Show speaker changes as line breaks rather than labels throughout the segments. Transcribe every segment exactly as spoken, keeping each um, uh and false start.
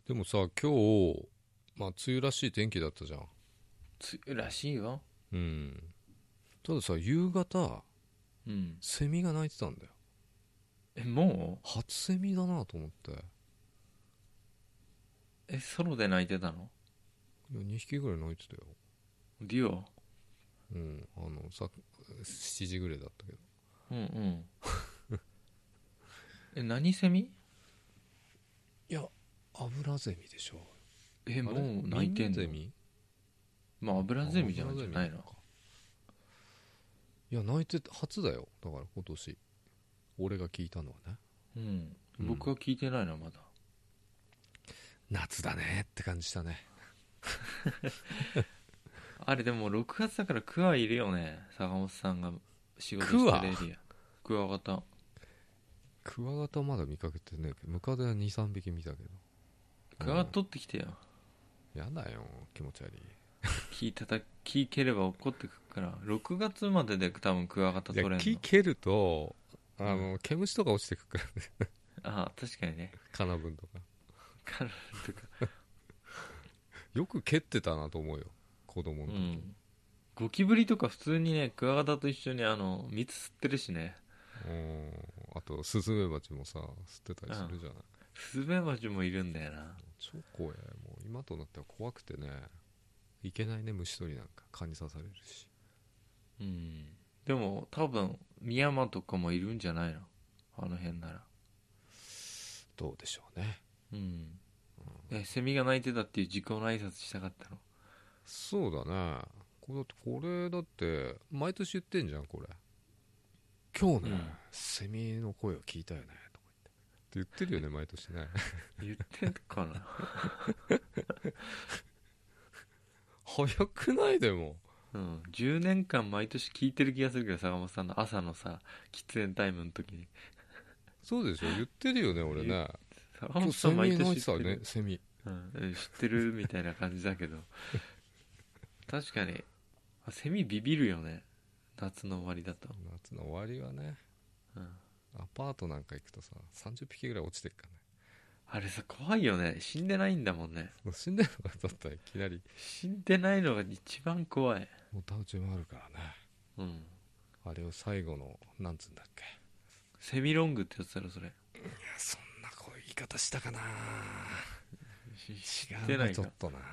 でもさ、今日、まあ、梅雨らしい天気だったじゃん。
梅雨らしいよ。
うん。たださ、夕方、
うん。
セミが鳴いてたんだよ。
え、も
初セミだなと思って。
うえ、ソロで泣いてたの？
いや、にひきぐらい鳴いてたよ。
デュオ？
うん。あの、さ、しちじぐらいだったけど。
うんうん。え、何セミ？
いや、アブラゼミでしょ。
え、も
あれ
う泣いてんの？
ミンゼミ。
まあ、アブラゼミじゃんじゃないの？
アブラゼミか。いや、鳴いて、初だよ。だから今年。俺が聞いたのはね。
うん。
うん
僕は聞いてないな、まだ。
夏だねって感じしたね。
あれ、でもろくがつだからクワいるよね。坂本さんが仕事してるエリア。クワガタ。
クワガタまだ見かけてねえけど、ムカデはに、さんびき見たけど。
クワガタ取ってきてよ。
やだよ、気持ち悪い。
木たた木蹴れば怒ってくから。ろくがつまでで多分クワガタ
いや
取れんの。
木蹴るとあの、毛虫とか落ちてくからね。
ああ、確かにね。
カナブンとか
カナとか。
よく蹴ってたなと思うよ、子供の時。
うん。ゴキブリとか普通にね、クワガタと一緒にあの蜜吸ってるしね。
うん。あとスズメバチもさ吸ってたりするじゃない。
スズメバチもいるんだよな。
超怖い。もう今となっては怖くてね、いけないね、虫取りなんか蚊に刺されるし。
うん。でも多分ミヤマとかもいるんじゃないの、あの辺なら。
どうでしょうね。
うん。え、セミが鳴いてたっていう時効の挨拶したかったの？
そうだね。これだってこれだって毎年言ってんじゃん、これ。今日ね、
うん
セミの声を聞いたよねとか言って言ってるよね、毎年ね。
言ってんかな。
早くないでも。
うん。じゅうねんかん毎年聞いてる気がするけど、坂本さんの朝のさ、喫煙タイムの時に。
そうでしょ、言ってるよね、俺ね。
坂
今日セ
本さん毎
ミ鳴いてた
年言ってる。
ね、セミ。
うん、知ってるみたいな感じだけど。確かにセミビビるよね、夏の終わりだと。
夏の終わりはね、
うん、
アパートなんか行くとさ、さんじゅっぴきぐらい落ちてるからね。
あれさ、怖いよね。死んでないんだもんね。
もう死んでるのかと思ったらいきなり。
死んでないのが一番怖い。
もうタウチもあるからね。
うん。
あれを最後の、なんつうんだっけ。
セミロングってやつだろそれ。
いや、そんなこういう言い方したかな。
知
違うな、
ってないか。
ちょっとな。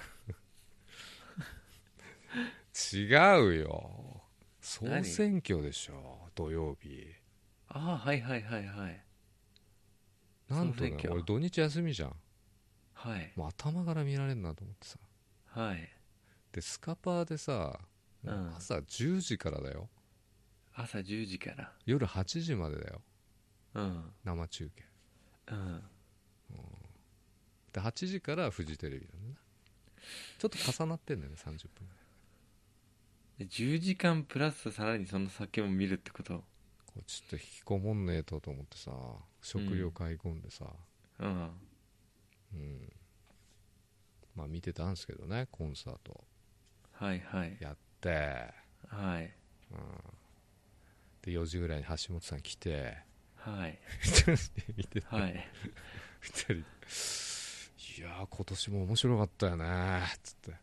違うよ。総選挙でしょ、土曜日。
ああ、はいはいはいはい。
なんとね、
総選挙。
俺土日休みじゃん。
はい。
もう頭から見られるなと思ってさ。
はい。
でスカパーでさ、もう朝じゅうじからだよ。
朝じゅうじから。
夜はちじまでだよ、
うん。
生中継。
うん。
ではちじからフジテレビなんだな。ちょっと重なってんだよね、さんじゅっぷんぐらい。
でじゅうじかんプラスさらにその先も見るってこと？
こうちょっと引きこもんねえとと思ってさ、食料買い込んでさ、
うん。
うん、まあ見てたんですけどね、コンサート
はいはい
やって、
はい。
うん、でよじぐらいに橋本さん来て、
はい
一人で見てて、
はい
二人で、いやー今年も面白かったよねーっつって、うん、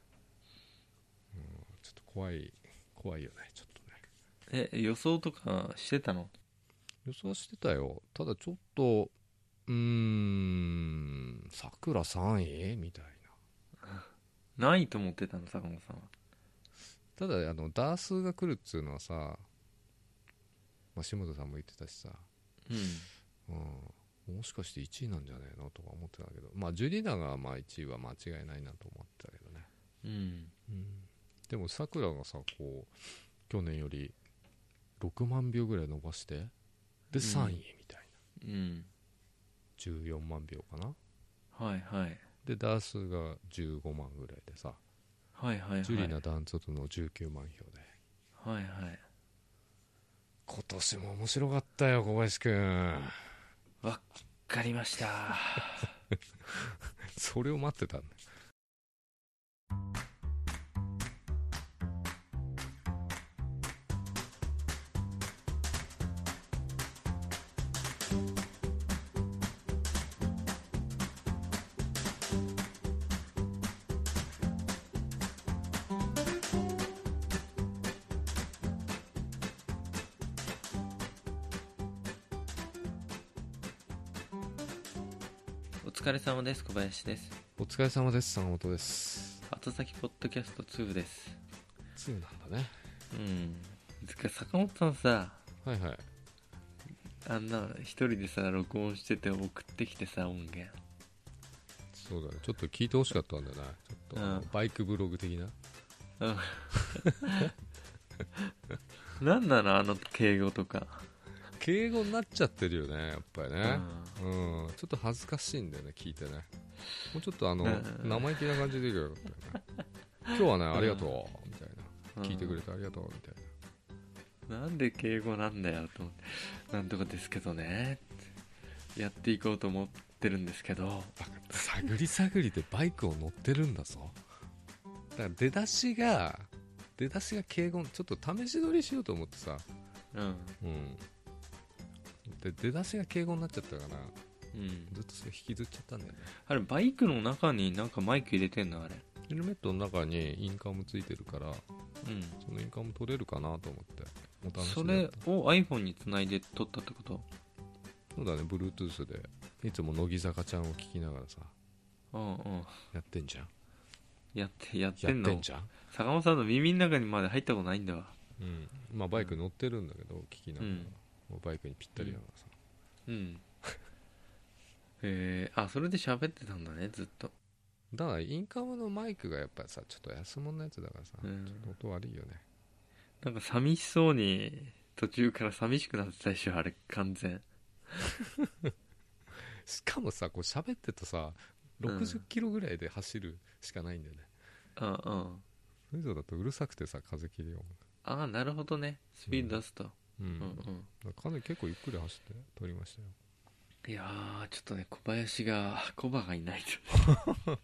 ちょっと怖い怖いよね、ちょっとね。
え、予想とかしてたの？
予想はしてたよ。ただちょっと、うーん、さくらさんいみたいな。
ないと思ってたの、坂本さんは。
ただあのダースが来るっていうのはさ、まあ、下田さんも言ってたしさ、
うん。
うん、もしかしていちいなんじゃねえのとか思ってたけど、まあジュリナがまあいちいは間違いないなと思ってたけどね、
うん。
うん、でもさくらがさ、こう去年よりろくまんびょうぐらい伸ばしてでさんいみたいな、
うん。
じゅうよんまんびょうかな。
はいはい
でダースがじゅうごまんぐらいでさ、
はいはいはい。
ジュリナダントツのじゅうきゅうまんひょうで、
はいはい。
今年も面白かったよ小林くん。
わかりました。
それを待ってたんだ。
疲れ様です。小林です。
お疲れ様です。坂本です。
後先ポッドキャストツーです。
ツーなんだね。
うん。つか坂本さんさ、
はいはい。
あんな一人でさ録音してて送ってきてさ、音源。
そうだね。ちょっと聞いてほしかったんだよな。ちょっと、
うん
バイクブログ的な。
うんなんなのあの敬語とか。
敬語になっちゃってるよね、やっぱりね。
う
うん。ちょっと恥ずかしいんだよね、聞いてね。もうちょっとあの、
うん
生意気な感じでいるよかったよね。今日はね、ありがとう、みたいな。
ん
聞いてくれてありがとう、みたいな。
なんで敬語なんだよと思ってなんとかですけどねってやっていこうと思ってるんですけど、
探り探りでバイクを乗ってるんだぞ。だから出だしが出だしが敬語、ちょっと試し撮りしようと思ってさ、
うん
うんで出だしが敬語になっちゃったから
うん
ずっとそれ引きずっちゃったんだよね。
あれバイクの中になんかマイク入れてんのあれ。
ヘルメットの中にインカムついてるから、
うん
そのインカム取れるかなと思ってお試し
そ
でやった
れを iPhone につないで撮ったってこと？
そうだね、Bluetooth でいつも乃木坂ちゃんを聞きながらさ
うんうん
やってんじゃん
やってやって
やっ
んの
てんじゃん
坂本さんの耳の中にまで入ったことないんだわ。
うんまあバイク乗ってるんだけど聞きながら、
うん
もうバイクにぴったりだからさ、
うんえー、あそれで喋ってたんだねずっと。
だからインカムのマイクがやっぱりさちょっと安物のやつだからさ、
うん
ちょっと音悪いよね。
なんか寂しそうに途中から寂しくなってたでしょあれ完全。
しかもさこう喋ってるとさろくじゅっキロぐらいで走るしかないんだよね、
うんうん
それ以上だとうるさくてさ風切り音
ああなるほどねスピード出すと、
うん、
うん、
うん
うん
かなり結構ゆっくり走って撮りましたよ。
いやーちょっとね小林がコバがいないと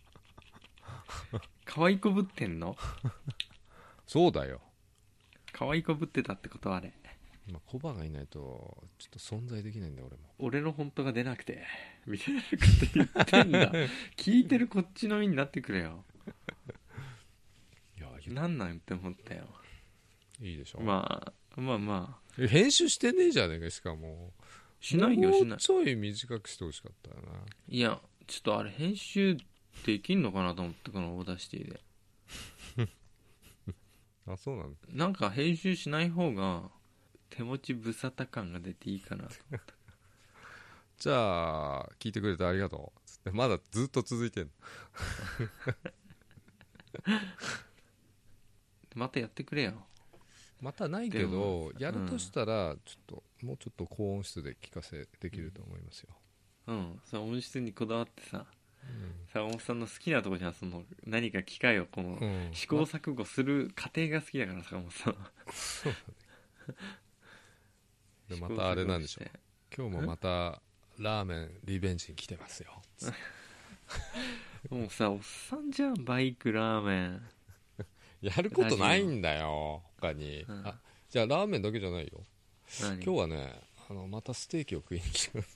可愛いこぶってんの？
そうだよ、
可愛いこぶってたってことあれ。
まあ、コバがいないとちょっと存在できないんだ俺も。
俺の本当が出なくてみたいなこと言ってんだ聞いてるこっちの身になってくれよ。
いや言
なんなんって思ったよ。
いいでしょ、
まあまあまあ
え編集してねえじゃねえか。しかも
しないよしない。
もうちょい短くしてほしかったよな。
いやちょっとあれ編集できんのかなと思ってこのオーダーシティで
あそうなんだ。
なんか編集しない方が手持ち無沙汰感が出ていいかなと思った
じゃあ聞いてくれてありがとうつってまだずっと続いてんの
またやってくれよ。
またないけ
でも
どやるとしたらちょっと、もうちょっと高音質で聞かせできると思いますよ、
うんその音質にこだわってさ
うん
坂本さんの好きなとこじゃんその何か機械をこの
うん、
試行錯誤する過程が好きだから坂本さん
そうだねでまたあれなんでしょう、今日もまたラーメンリベンジに来てますよ
もうさおっさんじゃんバイクラーメン。
やることないんだよ他に、
うん
あじゃあラーメンだけじゃないよ。
何
今日はねあのまたステーキを食いに来てます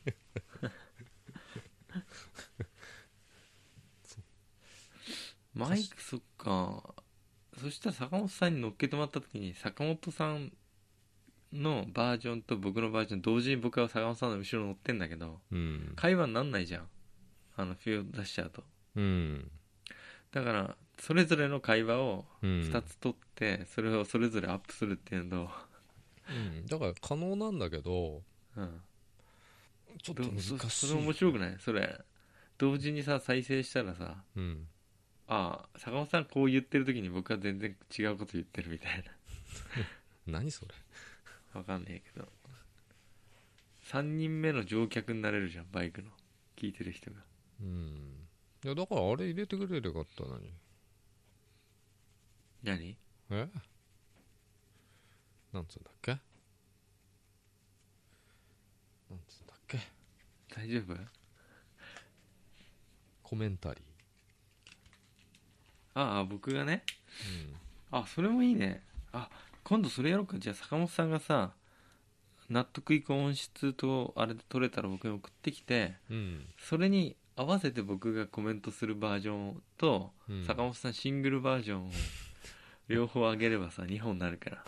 マイクそっか。そしたら坂本さんに乗っけてもらった時に坂本さんのバージョンと僕のバージョン同時に僕は坂本さんの後ろ乗ってんだけど
うん
会話になんないじゃんあのフィーを出しちゃうと。
うん
だからそれぞれの会話を
うん
ふたつ取ってそれをそれぞれアップするっていうのと、
うんだから可能なんだけど
うん、
ちょっと難しい。
そそれ面白くないそれ同時にさ再生したらさ
うん
ああ坂本さんこう言ってる時に僕は全然違うこと言ってるみたい
何それ。
なわかんねえけどさんにんめの乗客になれるじゃんバイクの聞いてる人が。
うんいやだからあれ入れてくれればよかったのに。
何
えなんつうんだっけなんつうんだっけ
大丈夫？
コメンタリ
ああ僕がね
ー。
あそれもいいね。あ今度それやろうか。じゃあ坂本さんがさ納得いく音質とあれで撮れたら僕に送ってきて
うんうん
それに合わせて僕がコメントするバージョンと、
うん、
坂本さんシングルバージョンを両方上げればさにほんになるから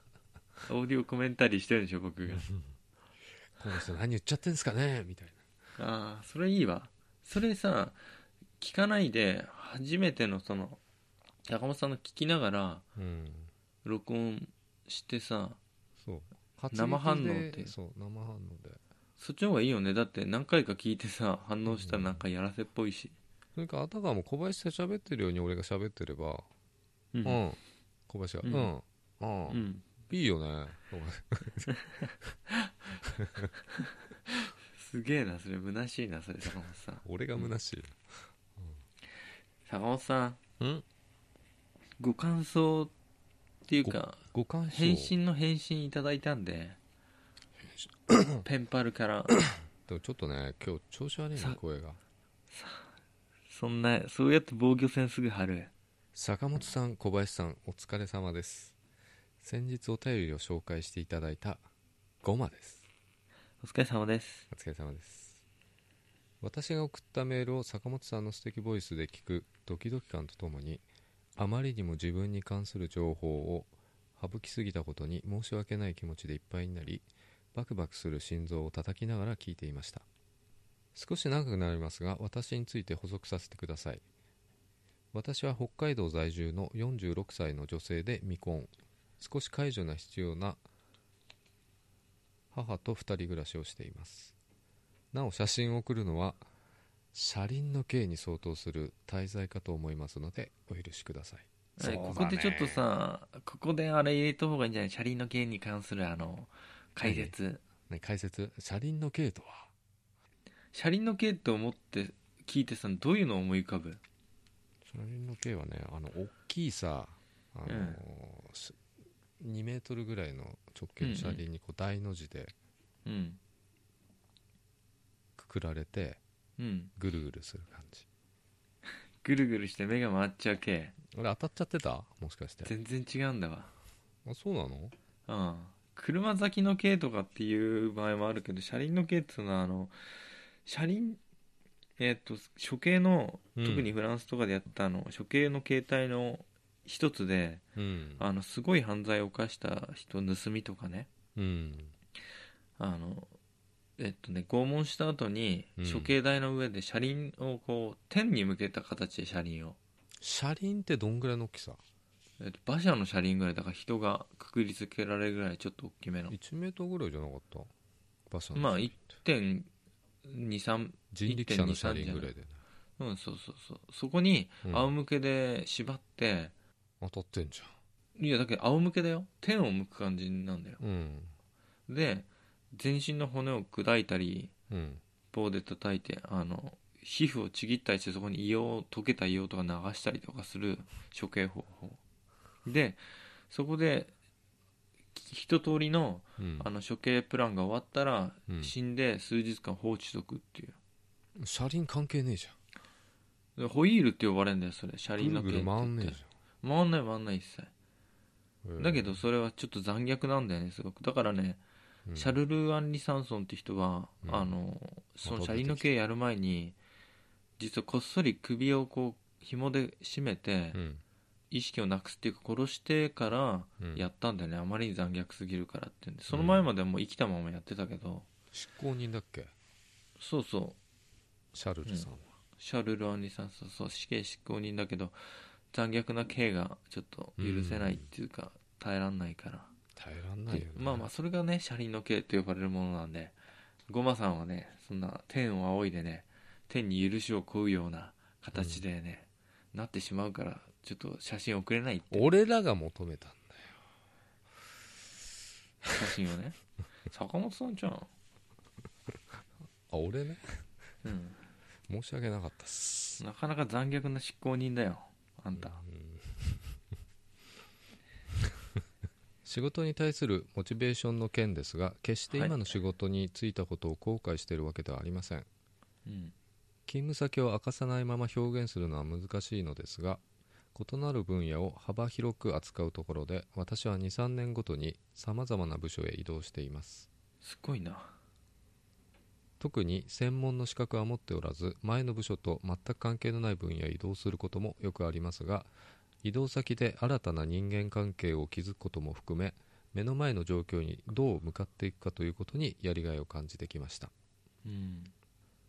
オーディオコメンタリーしてるでしょ僕が。
この人何言っちゃってんすかねみたい
ああそれいいわ。それさ聞かないで初めてのその坂本さんの聞きながら
うん
録音してさ、
そう発
生反応
で
って
そう生反応で
そっちの方がいいよね。だって何回か聞いてさ反応したらなんかやらせっぽいし。
それからあたかも小林で喋ってるように俺が喋ってれば
う
うんん小林が
う
うんんうん
うん
いいよねとか
すげえなそれ。虚しいなそれ。坂本さん
俺が虚しい
坂本さん
うん
ご感想っていうか
ご感想
返信の返信いただいたんでペンパルから
でもちょっとね今日調子悪いね
さ
声が
そんなそうやって防御線すぐ張る。
坂本さん小林さんお疲れ様です。先日お便りを紹介していただいたゴマです。
お疲れ様です。
お疲れ様です。私が送ったメールを坂本さんの素敵ボイスで聞くドキドキ感とともにあまりにも自分に関する情報を省きすぎたことに申し訳ない気持ちでいっぱいになりバクバクする心臓を叩きながら聞いていました。少し長くなりますが私について補足させてください。私は北海道在住のよんじゅうろくさいの女性で未婚、少し介助が必要な母とふたり暮らしをしています。なお写真を送るのは車輪の刑に相当する滞在かと思いますのでお許しください。
えここでちょっとさここであれ入れた方がいいんじゃない。車輪の件に関するあの解説、
ね、解説車輪の刑とは
車輪の刑って思って聞いてさどういうのを思い浮かぶ。
車輪の刑はねあの大きいさあの、
うん
にメートルぐらいの直径の車輪にこう大の字で
うん
くくられて
うん
ぐるぐるする感じ。
ぐるぐるして目が回っちゃう系。
俺当たっちゃってたもしかして。
全然違うんだわ。
あそうなの。
うん車先の系とかっていう場合もあるけど車輪の系っていうのはあの車輪えっ、と処刑の、
うん
特にフランスとかでやったあの処刑の形態の一つで
うん
あのすごい犯罪を犯した人盗みとかね
うん
あのえっとね拷問した後に
うん
処刑台の上で車輪をこう天に向けた形で車輪を、
車輪ってどんぐらいの大きさ。
えっと、馬車の車輪ぐらいだから人がくくりつけられるぐらいちょっと大きめの
いちメートルぐらいじゃなかった馬車の
まあ
車輪
いってんにさん
人力車の車輪ぐらいでね。
うんそうそうそうそこに
うん
仰向けで縛って、
当たってんじ
いやだけど仰向けだよ天を向く感じなんだよ。
ゃん。うん
で全身の骨を砕いたり
うん
棒で叩いてあの皮膚をちぎったりしてそこに硫黄溶けた硫黄とか流したりとかする処刑方法でそこで一通りの
うん
あの処刑プランが終わったら、
うん
死んで数日間放置しとくっていう
車輪関係ねえじ
でホイールって呼ばれるんだよそれ車
ゃん。ぐるぐる
輪の剣って言って
回んねえじ
回んない回んない一切
ゃん。
だけどそれはちょっと残虐なんだよねすごく。だからね、
うん
シャルル・アンリ・サンソンって人は、
うん
あのその車輪の刑やる前に実はこっそり首をこう紐で絞めて、
うん
意識をなくすっていうか殺してから
うん
やったんだよね、あまりに残虐すぎるからっていうんで。その前まではもう生きたままやってたけど、
執行人だっけ
そうそう
シャルルさんは。
シャルル・アンリさんそうそう死刑執行人だけど残虐な刑がちょっと許せないっていうか、耐えらんないから
耐えらんないよね。
まあまあそれがね車輪の刑と呼ばれるものなんで、ゴマさんはねそんな天を仰いでね天に許しを請うような形でね、うん、なってしまうからちょっと写真送れないって。
俺らが求めたんだよ
写真をね坂本さんじゃん。あ
俺ね、
うん、
申し訳なかったっす。
なかなか残虐な執行人だよあんた、うん
仕事に対するモチベーションの件ですが、決して今の仕事に就いたことを後悔しているわけではありません、
うん、
勤務先を明かさないまま表現するのは難しいのですが、異なる分野を幅広く扱うところで私は にさんねんごとにさまざまな部署へ移動しています。
すごいな。
特に専門の資格は持っておらず、前の部署と全く関係のない分野へ移動することもよくありますが、移動先で新たな人間関係を築くことも含め、目の前の状況にどう向かっていくかということにやりがいを感じてきました。
うん、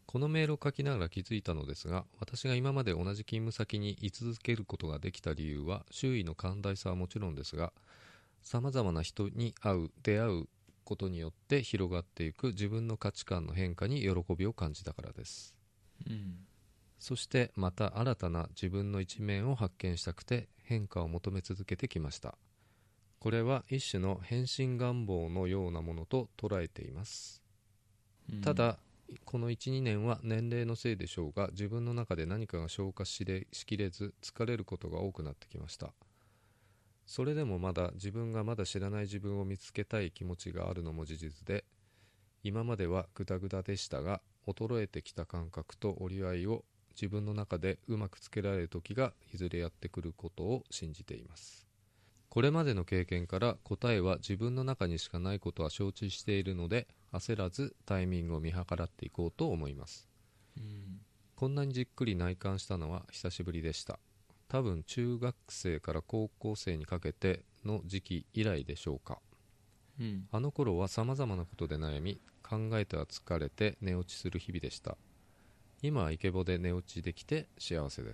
このメールを書きながら気づいたのですが、私が今まで同じ勤務先に居続けることができた理由は、周囲の寛大さはもちろんですが、さまざまな人に会う出会うことによって広がっていく自分の価値観の変化に喜びを感じたからです。
うん、
そしてまた新たな自分の一面を発見したくて変化を求め続けてきました。これは一種の変身願望のようなものと捉えています。
うん、
ただこの いちにねんは年齢のせいでしょうが、自分の中で何かが消化しれしきれず疲れることが多くなってきました。それでもまだ自分がまだ知らない自分を見つけたい気持ちがあるのも事実で、今まではグダグダでしたが、衰えてきた感覚と折り合いを自分の中でうまくつけられる時がいずれやってくることを信じています。これまでの経験から答えは自分の中にしかないことは承知しているので、焦らずタイミングを見計らっていこうと思います。
うん、
こんなにじっくり内観したのは久しぶりでした。多分中学生から高校生にかけての時期以来でしょうか。
うん、
あの頃はさまざまなことで悩み、考えては疲れて寝落ちする日々でした。今はイケボで寝落ちできて幸せです。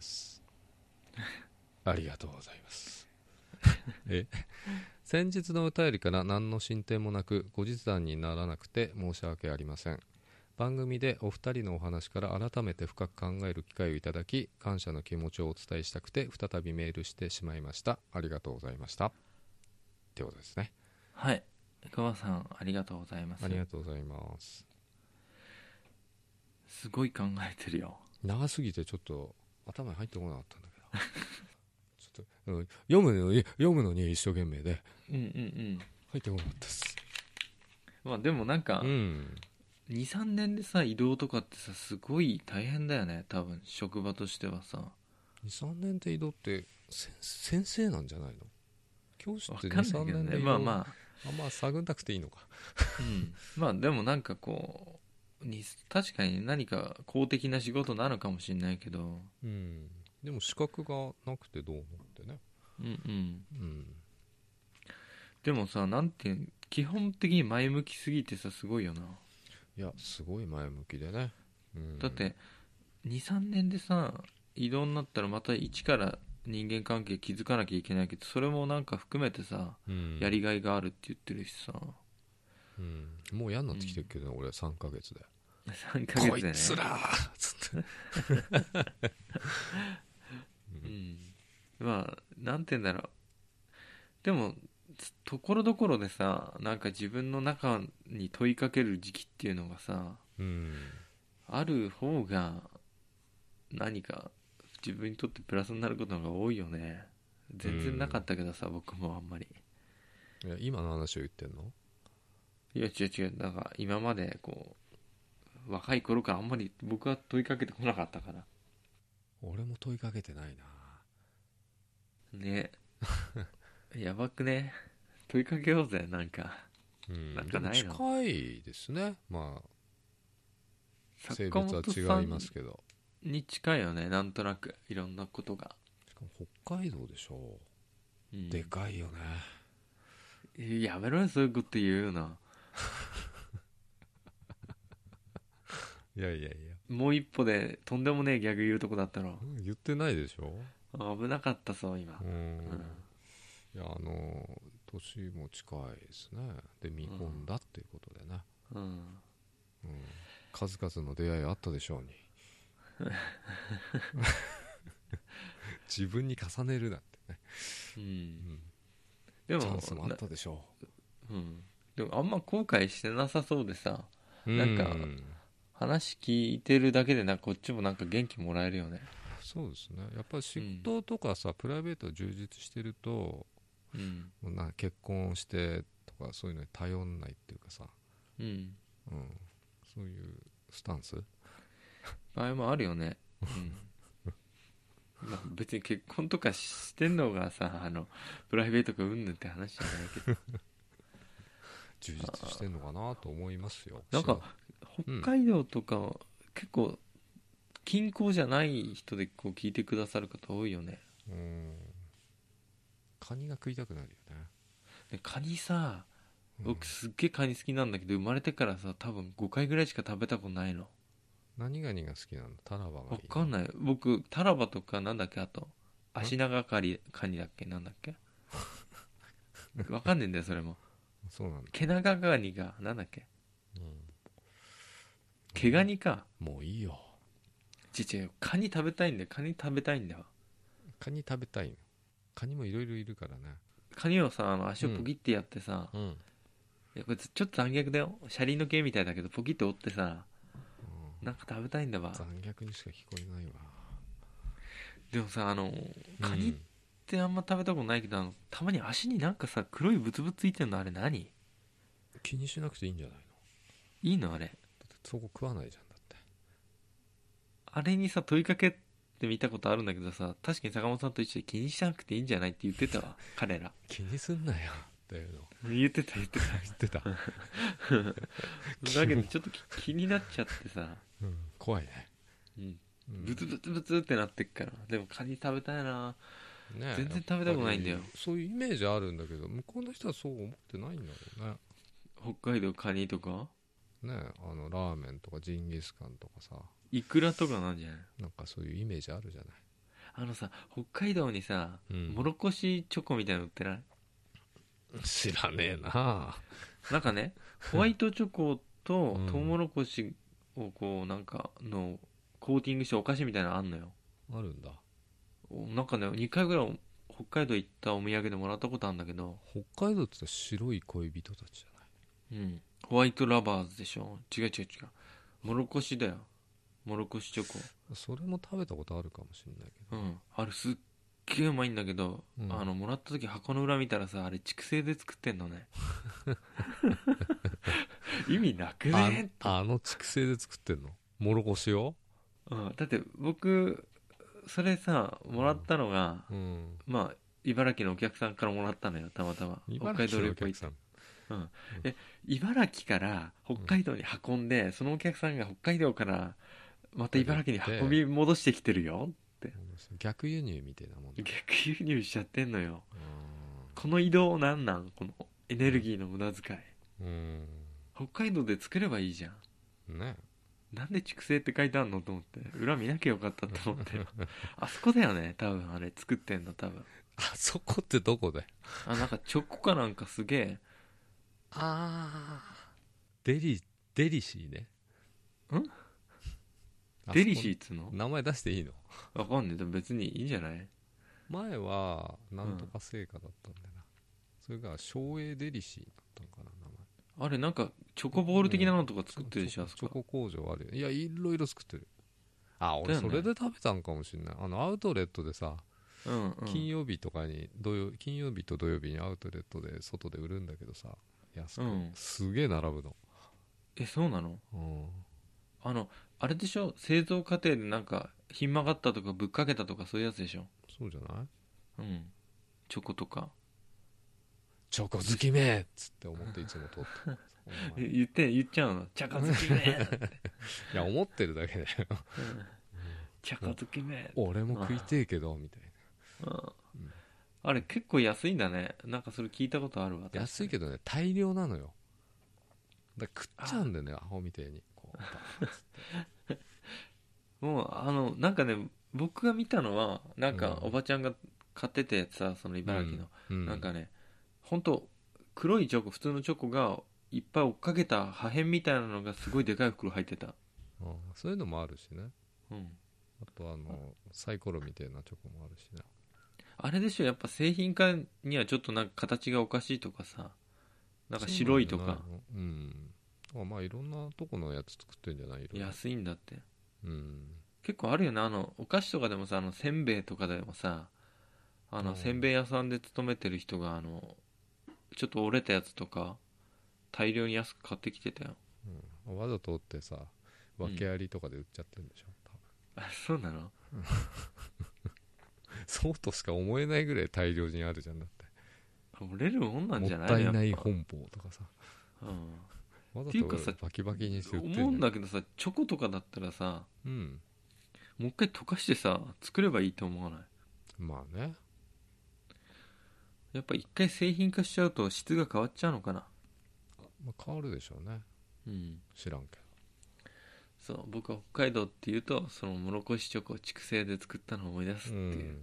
ありがとうございますえ先日のお便りから何の進展もなく後日談にならなくて申し訳ありません。番組でお二人のお話から改めて深く考える機会をいただき、感謝の気持ちをお伝えしたくて再びメールしてしまいました。ありがとうございましたってことですね。
はい、川さんありがとうございます。
ありがとうございます。
すごい考えてるよ。
長すぎてちょっと頭に入ってこなかったんだけどちょっと、うん、読むのに読むのに一生懸命で
うんうんうん。
入ってこなかったです。
まあでもなんか、
うん、
にさんねんでさ移動とかってさすごい大変だよね、多分職場としてはさ。
にさんねんで移動ってせ先生なんじゃないの？教師って
わかんない
にさん
けどね、
ねんで移動、
まあまあ、
あんま探んなくていいのか。
うんまあでもなんかこうに確かに何か公的な仕事なのかもしれないけど、
うん、でも資格がなくてどう思ってね。
うんうん
うん
でもさ、なんていう基本的に前向きすぎてさすごいよな。
いやすごい前向きでね、うん、
だってにさんねんでさ移動になったらまた一から人間関係築かなきゃいけないけど、それもなんか含めてさ、
うん、
やりがいがあるって言ってるしさ、
うん、もう嫌になってきてるけど、ね、俺さんかげつで
さんかげつでね、
こいつらーつって
うん、まあなんて言うんだろう、でもところどころでさ、なんか自分の中に問いかける時期っていうのがさ
うん
ある方が何か自分にとってプラスになることの方が多いよね。全然なかったけどさ、僕もあんまり。
いや今の話を言ってんの？
いや違う違う、なんか今までこう若い頃からあんまり僕は問いかけてこなかったから
俺も問いかけてないな。
ね。やばくね。問いかけようぜ、なんか。
うん、
なんかないの？
でも近いですね。まあ性
坂
別は
本さん
違いますけど、
に近いよね、なんとなくいろんなことが、
しかも北海道でしょ、
うん、
でかいよね。
やめろよそういうこと言うよな。
いやいやいや、
もう一歩でとんでもねえギャグ言うとこだったろ。
うん言ってないでしょ。
危なかったそう今。
うん、
うん
いやあの年も近いですね。で見込んだっていうことでね、
うん
うん、数々の出会いあったでしょうに自分に重ねるなんてね、
うん、
うん、
でも
チャンスもあったでしょ
うん、でもあんま後悔してなさそうでさ、
う。
なんか
うん
話聞いてるだけでなんかこっちもなんか元気もらえるよね。
そうですね。やっぱり仕事とかさ、プライベート充実してると、
うん
なんか結婚してとかそういうのに頼んないっていうかさ、
うん
うん、そういうスタンス。
場合もあるよね。うんまあ、別に結婚とかしてんのがさ、あのプライベートかうんぬんって話じゃないけど
充実してんのかなと思いますよ。
なんか北海道とか、結構近郊じゃない人でこう聞いてくださる方多いよね。
うんカニが食いたくなるよね。
でカニさ、
うん
僕すっげえカニ好きなんだけど、生まれてからさ多分ごかいぐらいしか食べたことないの。
何々が好きなの？タラバがいい
わかんない。僕タラバとかなんだっけ、あと足長カニカニだっけ、なんだっけわかんねえんだよそれも。
そうなんだ、
毛長カニがなんだっけ、
う
毛ガニか。
ん、もういいよ。
ちちカニ食べたいんだよ、カニ食べたいんだよ。
カニ食べたいの？カニもいろいろいるからね。
カニをさ、あの足をポキってやってさ、
うん、
いやこれちょっと残虐だよ、車輪の毛みたいだけどポキって折ってさ、
うん、
なんか食べたいんだわ。
残虐にしか聞こえないわ。
でもさ、あのカニっ
うん、
てあんま食べたことないけど、あのたまに足になんかさ黒いブツブツついてるの、あれ何？
気にしなくていいんじゃないの？
いいのあれ？
だってそこ食わないじゃん。だって
あれにさ問いかけてみたことあるんだけどさ、確かに坂本さんと一緒で気にしなくていいんじゃないって言ってたわ彼ら。
気にすんなよっていうの
言ってた言ってた
言ってた、
だけどちょっと気になっちゃってさ、
うん、怖いね、
うん、
うん
ブツブツブツってなってっから。でもカニ食べたいな。
ね、
全然食べたことないんだよ。
そういうイメージあるんだけど、向こうの人はそう思ってないんだろうね。
北海道カニとか
ね、あのラーメンとかジンギスカンとかさ、
イクラとかなんじゃない？
なんかそういうイメージあるじゃない。
あのさ、北海道にさ、
うん
もろこしチョコみたいなの売ってない？
知らねえな。
なんかね、ホワイトチョコと
うん
トウモロコシをこうなんかのコーティングしたお菓子みたいなのあんのよ。
あるんだ。
なんかね、にかいぐらい北海道行ったお土産でもらったことあるんだけど、
北海道って言ったら白い恋人たちじゃない。
うん、ホワイトラバーズでしょ。違う違う違う、もろこしだよ。もろこしチョコ。
それも食べたことあるかもしれないけど、
うん、あれすっげえうまいんだけど、
うん
あのもらった時箱の裏見たらさ、あれ畜生で作ってんのね。意味なくね？
ああの畜生で作ってんの？もろこしを？
うん、だって僕それさもらったのが、
うん、
まあ茨城のお客さんからもらったのよ、たまたま。北海道旅行行って、うん、え茨城から北海道に運んで、うん、そのお客さんが北海道からまた茨城に運び戻してきてるよって。
逆輸入みたいなもんだ。
逆輸入しちゃってんのよ。
うん、
この移動なんなん、このエネルギーの無駄遣い。
うん、
北海道で作ればいいじゃん
ね。
なんで畜生って書いてあんのと思って、裏見なきゃよかったと思って。あそこだよね多分、あれ作ってんの多分。
あそこってどこで？
あ、なんかチョコかなんかすげえ。
ああ、デリデリシーね。
んデリシーっつうの？
名前出していいの？
わかんねえ。でも別にいいんじゃない？
前はなんとか製菓だったんだよな、うん、それが松栄デリシーだったのかな、名前。
あれなんかチョコボール的なのとか作ってるでしょ、うん、あそこ。
チョコ工場あるよ。いや、いろいろ作ってる。あ、俺それで食べたんかもしれない。あのアウトレットでさ、うんうん、金曜日とかに土曜金曜日と土曜日にアウトレットで外で売るんだけどさ、安く、うん、すげえ並ぶの。
え、そうなの？
うん、
あのあれでしょ、製造過程でなんかひん曲がったとかぶっかけたとかそういうやつでしょ。
そうじゃない？
うん、チョコとか。
チョコ好きめっつって思っていつも通って
言って言っちゃうの、チョコ好きめって
いや、思ってるだけだよ、うん、
チョコ好きめ。
俺も食いてえけどみたいな、
うん、あれ結構安いんだね。なんかそれ聞いたことあるわ。
安いけどね、大量なのよ。だから食っちゃうんだよね、アホみたいにこ
うもうあのなんかね、僕が見たのはなんかおばちゃんが買ってたやつさ、その茨城の、うん、なんかね、ほんと黒いチョコ、普通のチョコがいっぱい追っかけた破片みたいなのがすごいでかい袋入ってた。
ああ、そういうのもあるしね、
うん、
あとあのサイコロみたいなチョコもあるしね。
あれでしょ、やっぱ製品化にはちょっとなんか形がおかしいとかさ、なんか白いとか。
うん、あ、まあいろんなとこのやつ作ってんじゃない？
安いんだって。
うん、
結構あるよね。あのお菓子とかでもさ、あのせんべいとかでもさ、あのせんべい屋さんで勤めてる人があのちょっと折れたやつとか大量に安く買ってきてたよ、
うん、わざと折ってさ、訳ありとかで売っちゃってるんでしょ、
うん、あ、そうなの？
そうとしか思えないぐらい大量にあるじゃん。だって
折れるもんなんじゃない？
もったいない本坊とかさ、
うん、
わざとバキバキにして売ってる。
思うんだけどさ、チョコとかだったらさ、
うん、
もう一回溶かしてさ作ればいいと思わない？
まあね、
やっぱ一回製品化しちゃうと質が変わっちゃうのかな。
まあ、変わるでしょうね、
うん、
知らんけ
そう僕は北海道っていうとそのもろこしチョコを筑西で作ったのを思い出すって
う
いう、
ん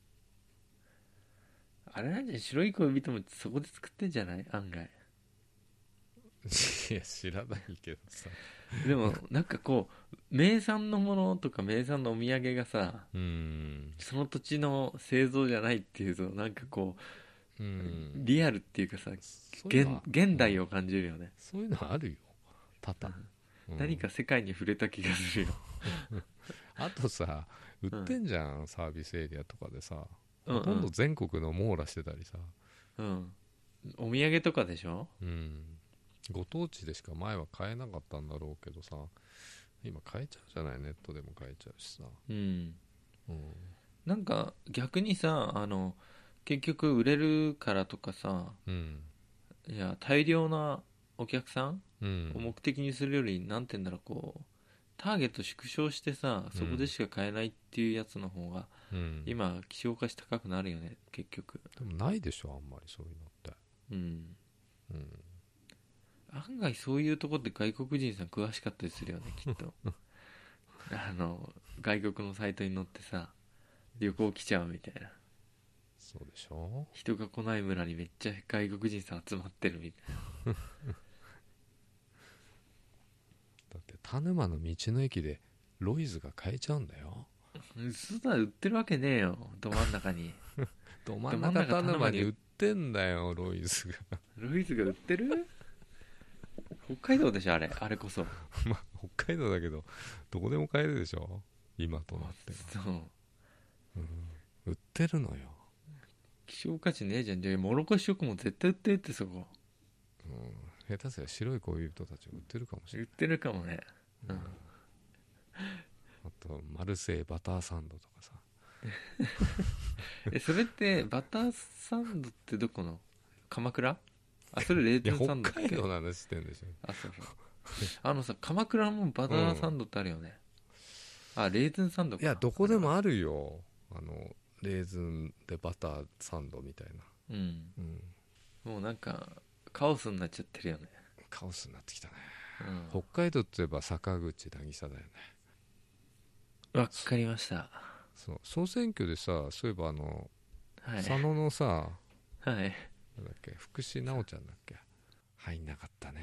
あれなんじゃ白い恋人もそこで作ってんじゃない案外。
いや知らないけどさ。
でもなんかこう名産のものとか名産のお土産がさ
うん
その土地の製造じゃないっていうとなんかこ
う
う
ん
リアルっていうかさ現、
そういうのは
現代を感じるよね、
そういうのあるよ多々、うん
何か世界に触れた気がするよ。
あとさ売っ
うん
てんじゃん、サービスエリアとかでさ、
うん
ほとんど全国の網羅してたりさ、
うんうんお土産とかでしょ。
うんご当地でしか前は買えなかったんだろうけどさ、今買えちゃうじゃない、ネットでも買えちゃうしさ、
うん
うん
なんか逆にさあの結局売れるからとかさ
うん
いや大量なお客さん
うん
を目的にするよりなんて言うんだろうこうターゲット縮小してさそこでしか買えないっていうやつの方が
うん
今希少価値高くなるよね結局。
でもないでしょあんまりそういうのって、
うん
うん
案外そういうとこって外国人さん詳しかったりするよねきっとあの外国のサイトに載ってさ旅行来ちゃうみたいな、
そうでしょ。
人が来ない村にめっちゃ外国人さん集まってるみたい
だって田沼の道の駅でロイズが買えちゃうんだよ。
な。嘘だ売ってるわけねえよど真ん中に。
ど真ん中田沼に売ってんだよロイズが
ロイズが売ってる。北海道でしょあれあれこそ。
まあ北海道だけどどこでも買えるでしょ今となっては、
そう
うん、売ってるのよ、
希少価値ねえじゃん。じゃあモロコシチョコも絶対売ってるってそこ。
うん、下手すりゃ白い恋人たち売ってるかもしれない、
売ってるかもね。うん
あとマルセイバターサンドとかさ、
えそれってバターサンドってどこの鎌倉。あそれレー
いや
ズンサンドっけ。
北海道の話してんでしょ。
あそうそうあのさ鎌倉もバターサンドってあるよね、あレーズンサンドか。
いやどこでもあるよ、あのレーズンでバターサンドみたいな、
うん
うん、
もうなんかカオスになっちゃってるよね。
カオスになってきたね。
うん
北海道って言えば坂口渚だよね。
わかりました。
そう総選挙でさ、そういえばあの、
はい
佐野のさ、
はい
なんだっけ、福士直ちゃんだっけ、入んなかったね。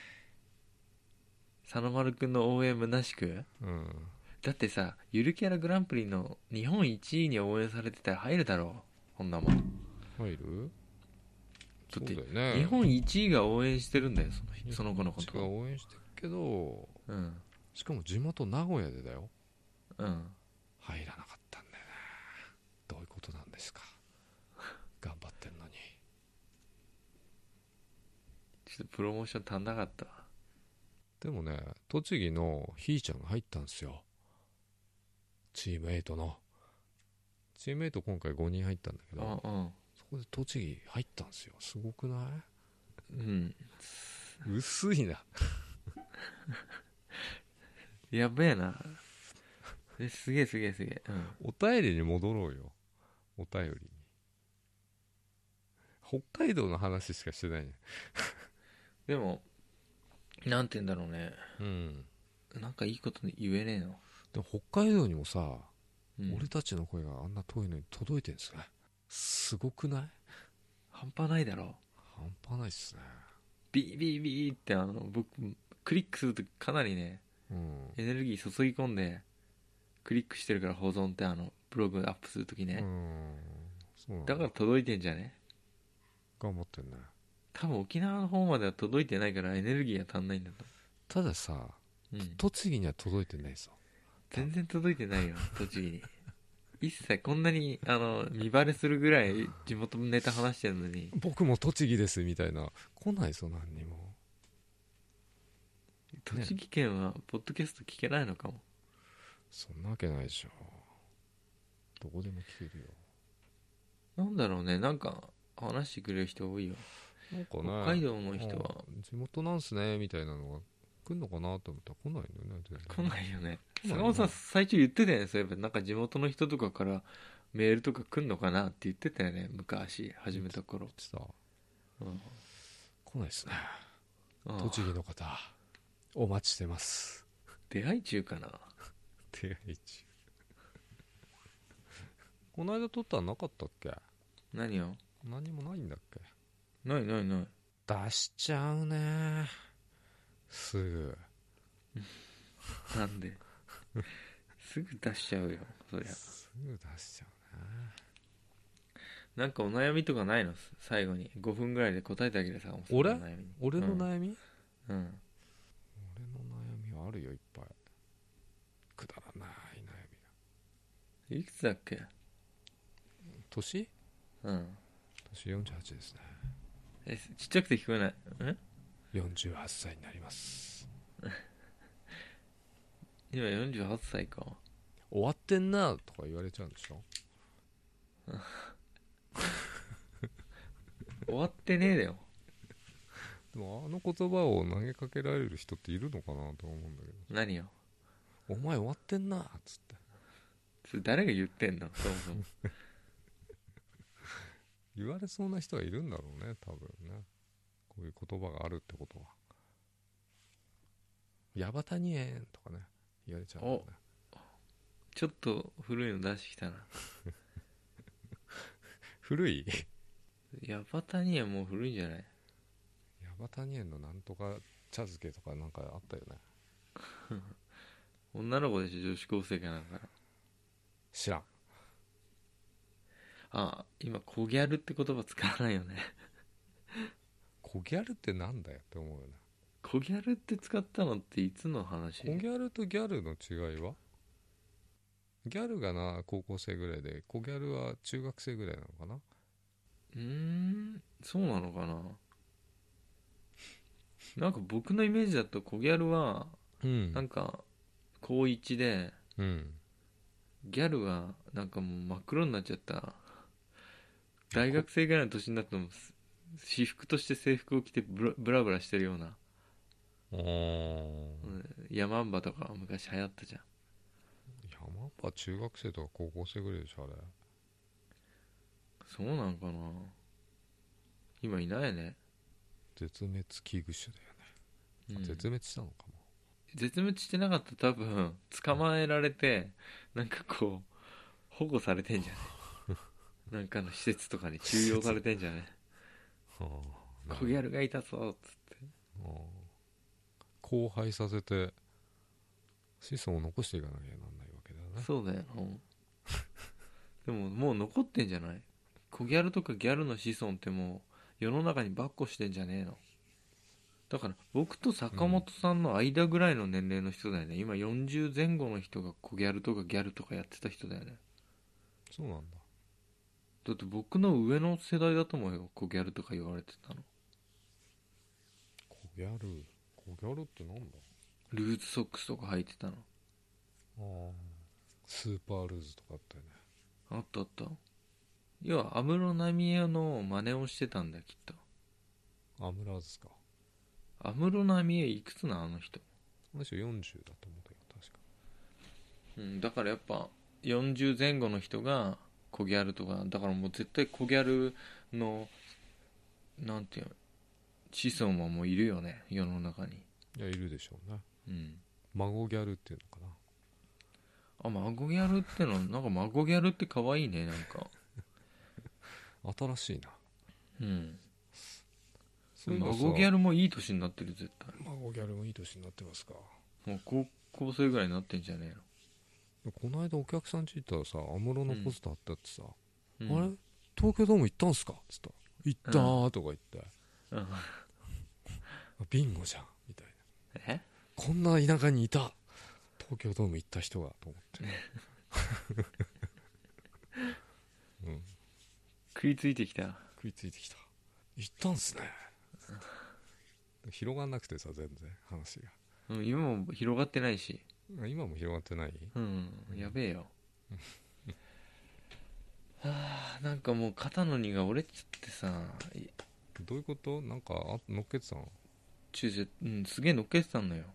佐野丸くんの応援虚しく。
うん
だってさゆるキャラグランプリの日本いちいに応援されてたら入るだろうこんなもん。
入る。
だって
そうだよね、
日本いちいが応援してるんだよその日その子のこ
日本一
と。
が応援してるけど、
うん
しかも地元名古屋でだよ、
うん
入らなかったんだよね。どういうことなんですか頑張ってんのに。
ちょっとプロモーション足んなかったわ。
でもね、栃木のひーちゃんが入ったんですよ、チームエイトの。チームエイト今回ごにん入ったんだけど、
うん
そこで栃木入ったんですよ。すごくな
うん
い？薄いな。
やべえな。えすげえすげえすげえ、うん、
お便りに戻ろうよ。お便りに北海道の話しかしてないね。
でもなんて言うんだろうね、
うん
なんかいいこと言えねえの。
でも北海道にもさ、
うん
俺たちの声があんな遠いのに届いてるんですね。すごくない？
半端ないだろ。
半端ないっすね。
ビービービーってあの僕クリックするとかなりね
うん
エネルギー注ぎ込んでクリックしてるから、保存ってあのブログアップするときね、
うんそうなんだ
だから届いてんじゃね。
頑張ってんね。
多分沖縄の方までは届いてないからエネルギーが足んないんだと。
たださ、
うん
栃木には届いてないぞ。
全然届いてないよ栃木に。一切こんなにあの見バレするぐらい地元のネタ話してるのに
僕も栃木ですみたいな来ないぞ、何にも。
栃木県はポッドキャスト聞けないのかも。
そんなわけないでしょ。どこでも聞けるよ。
なんだろうね、なんか話してくれる人多いよ。
なんかね、
北海道の人は
あ地元なんすねみたいなのが来んのかなと思ったら来ないんだよね、全
来
然。
ないよね。
来ないね
坂本さん最初言ってたよね、そういえばなんか地元の人とかからメールとか来んのかなって言ってたよね、昔始めた頃。
さ
うん
来ないですね。
うん
栃木の方お待ちしてます。
出会い中かな。
出会い中。この間撮ったのなかったっけ？
何を？
何もないんだっけ？
ないないない。
出しちゃうねすぐ。
なんですぐ出しちゃうよそりゃ。
すぐ出しちゃうね。
なんかお悩みとかないの？最後にごふんぐらいで答えてあげるさ。
俺
お悩みに
俺の悩み、
うん、うん、
俺の悩みはあるよいっぱい。くだらない悩みが。
いくつだっけ？
年
うん
年よんじゅうはちですね。
えちっちゃくて聞こえない。え
よんじゅうはっさいになります。
今よんじゅうはっさいか。
終わってんなとか言われちゃうんでしょ
終わってねえだよ。
でもあの言葉を投げかけられる人っているのかなと思うんだけど。
何よ？
お前終わってんなっつって。
それ誰が言ってんの？そもそも
言われそうな人がいるんだろうね多分ね。こういう言葉があるってことは。ヤバタニエンとかね言われちゃうんだよね。
ちょっと古いの出してきたな。
古い
ヤバタニはもう古いんじゃない？
ヤバタニエンのなんとか茶漬けとかなんかあったよね。
女の子でしょ、女子高生かなんか。
知らん。
あ、今コギャルって言葉使わないよね。
コギャルってなんだよって思うよね。
コギャルって使ったのっていつの話？
コギャルとギャルの違いは？ギャルがな高校生ぐらいで、コギャルは中学生ぐらいなのかな。
うーん、そうなのかな。なんか僕のイメージだとコギャルは
うん
なんか高いちで、
うん
ギャルはなんかもう真っ黒になっちゃった大学生ぐらいの年になっても私服として制服を着てブラブラブラしてるような、
あー、
うん、ヤマンバとか昔流行ったじゃん。
ヤマンバ中学生とか高校生ぐらいでしょあれ。
そうなんかな。今いないね。
絶滅危惧種だよね、
うん、
絶滅したのかも。
絶滅してなかったら多分捕まえられてなんかこう保護されてんじゃないなんかの施設とかに収容されてんじゃない
はあ、
コギャルがいたぞっつって。
あ荒廃させて子孫を残していかなきゃなんないわけだよね。
そうだよでももう残ってんじゃない？コギャルとかギャルの子孫ってもう世の中にばっこしてんじゃねえの？だから僕と坂本さんの間ぐらいの年齢の人だよね、うん、今よんじゅう前後の人がコギャルとかギャルとかやってた人だよね。
そうなんだ。
だって僕の上の世代だと思うよ、コギャルとか言われてたの。
コギャルコギャルってなんだ？
ルーズソックスとか履いてたの。
ああ、スーパールーズとかあったよね。
あったあった。要は安室奈美恵の真似をしてたんだよきっと。
アムラーズか。
安室奈美恵いくつなあの人。
あの人よんじゅうだと思うよ確か。
うん、だからやっぱよんじゅう前後の人がコギャルとかだからもう絶対コギャルのなんていうの子孫はもういるよね世の中に。
いやいるでしょうね。
うん。
孫ギャルっていうのか
あ、孫ギャルってのなんか孫ギャルって可愛いねなんか。
な。新しいな。
うん。
そういうのさ、
孫ギャルもいい年になってる絶対。
孫ギャルもいい年になってますか。
もう高校生ぐらいになってんじゃねえの。
この間お客さんち行ったらさ、安室のポスターあったってさ、
うん、
あれ東京ドーム行ったんすかっつったら、行ったーとか言って、
うん、
ビンゴじゃんみたいな。
え
こんな田舎にいた東京ドーム行った人がと思って、うん、
食いついてきた。
食いついてきた。行ったんすね。広がんなくてさ全然話が、
うん、今も広がってないし。
今も広がってない。
うん、やべえよはあ、なんかもう肩の荷が折れちゃってさ。
どういうこと？なんかあ乗っけてたの？
ちゅううん、すげえ乗っけてたんだよ。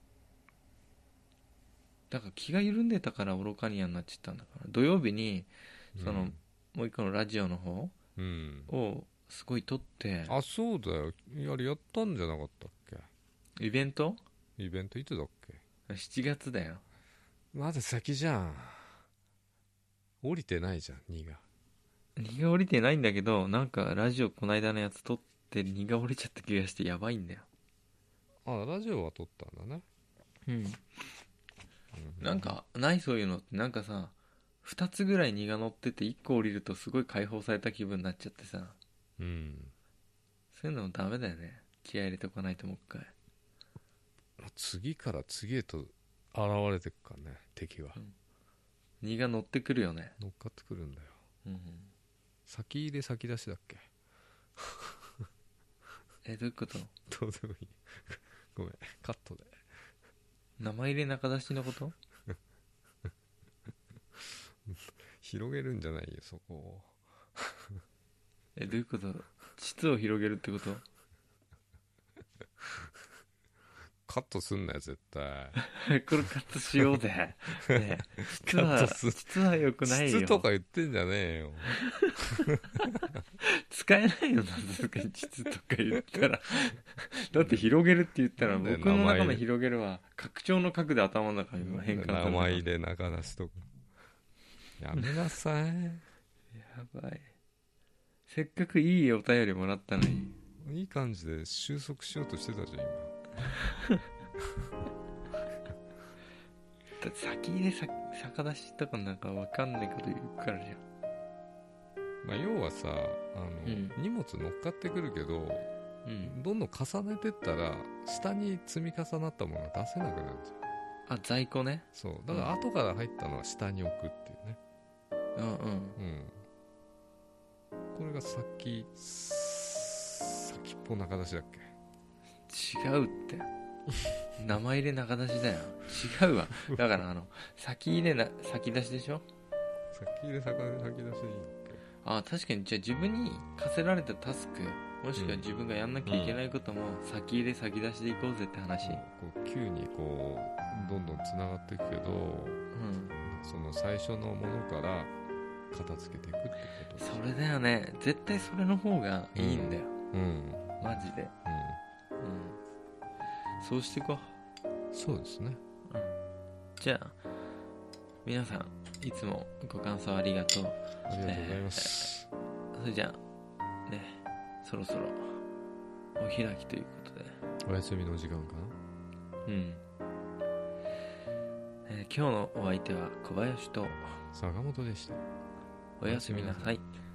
だから気が緩んでたから愚かにやになっちゃったんだから。土曜日にその、うん、もう一個のラジオの方をすごい撮って、
うん、あ、そうだよ。あれやったんじゃなかったっけ？
イベント？
イベントいつだっけ？
しちがつだよ。
まだ先じゃん。降りてないじゃん、荷が。
荷が降りてないんだけど、なんかラジオこないだのやつ撮って荷が降りちゃった気がしてやばいんだよ。
あ、ラジオは撮ったんだね。
うん、
うん、
なんかないそういうのって。なんかさ、ふたつぐらい荷が乗ってていっこ降りるとすごい解放された気分になっちゃってさ、
うん、
そういうのもダメだよね。気合い入れておかないともう一回。
次から次へと現れてくからね、敵が、
うん、荷が乗ってくるよね。
乗っかってくるんだよ。
うん、
先入れ先出しだっけ。
え、どういうこと？
どうでもいい。ごめん、カットで。
名前入れ中出しのこと？
広げるんじゃないよ、そこを。
え、どういうこと？膣を広げるってこと？
カットすんなよ、絶対。
これカットしようぜ。ねえ、膣は、
カットす
膣は良くないよ。
膣とか言ってんじゃねえよ。
使えないよな、さすがに膣とか言ったら。だって広げるって言ったら、
なんで
僕の中の広げるは拡張の角で頭の中に変換する。
名前入れ中出しとかやめなさい。
やばい。せっかくいいお便りもらったのに。
いい感じで収束しようとしてたじゃん、今。
だって先入れさ逆出しとかなんか分かんないこと言うからじゃん。
まあ、要はさ、あの、
うん、
荷物乗っかってくるけど、
うん、
どんどん重ねてったら下に積み重なったものが出せなくなるじゃん。
あ、在庫ね。
そうだから後から入ったのは下に置くっていうね。
うんうん。
うん、これが先先っぽ中出しだっけ。
違うって名前入れ中出しだよ。違うわ。だからあの先入れな先出しでしょ。
先入れ先出しでいいんだっけ。
あ、確かに。じゃあ自分に課せられたタスク、もしくは自分がやんなきゃいけないことも先入れ先出しでいこうぜって話。
こう急にこうどんどんつながっていくけど、
うん、
その最初のものから片付けていくってこと。
それだよね。絶対それの方がいいんだよ、
うん、うん、
マジで。
うん、
そうしていこ
そうですね。
う、うん、じゃあ皆さんいつもご感想ありがとう。
ありがとうございます、
えー、それじゃあね、そろそろお開きということで、
お休みの時間かな。
うん、えー、今日のお相手は小林と
坂本でした。
おやすみなさい。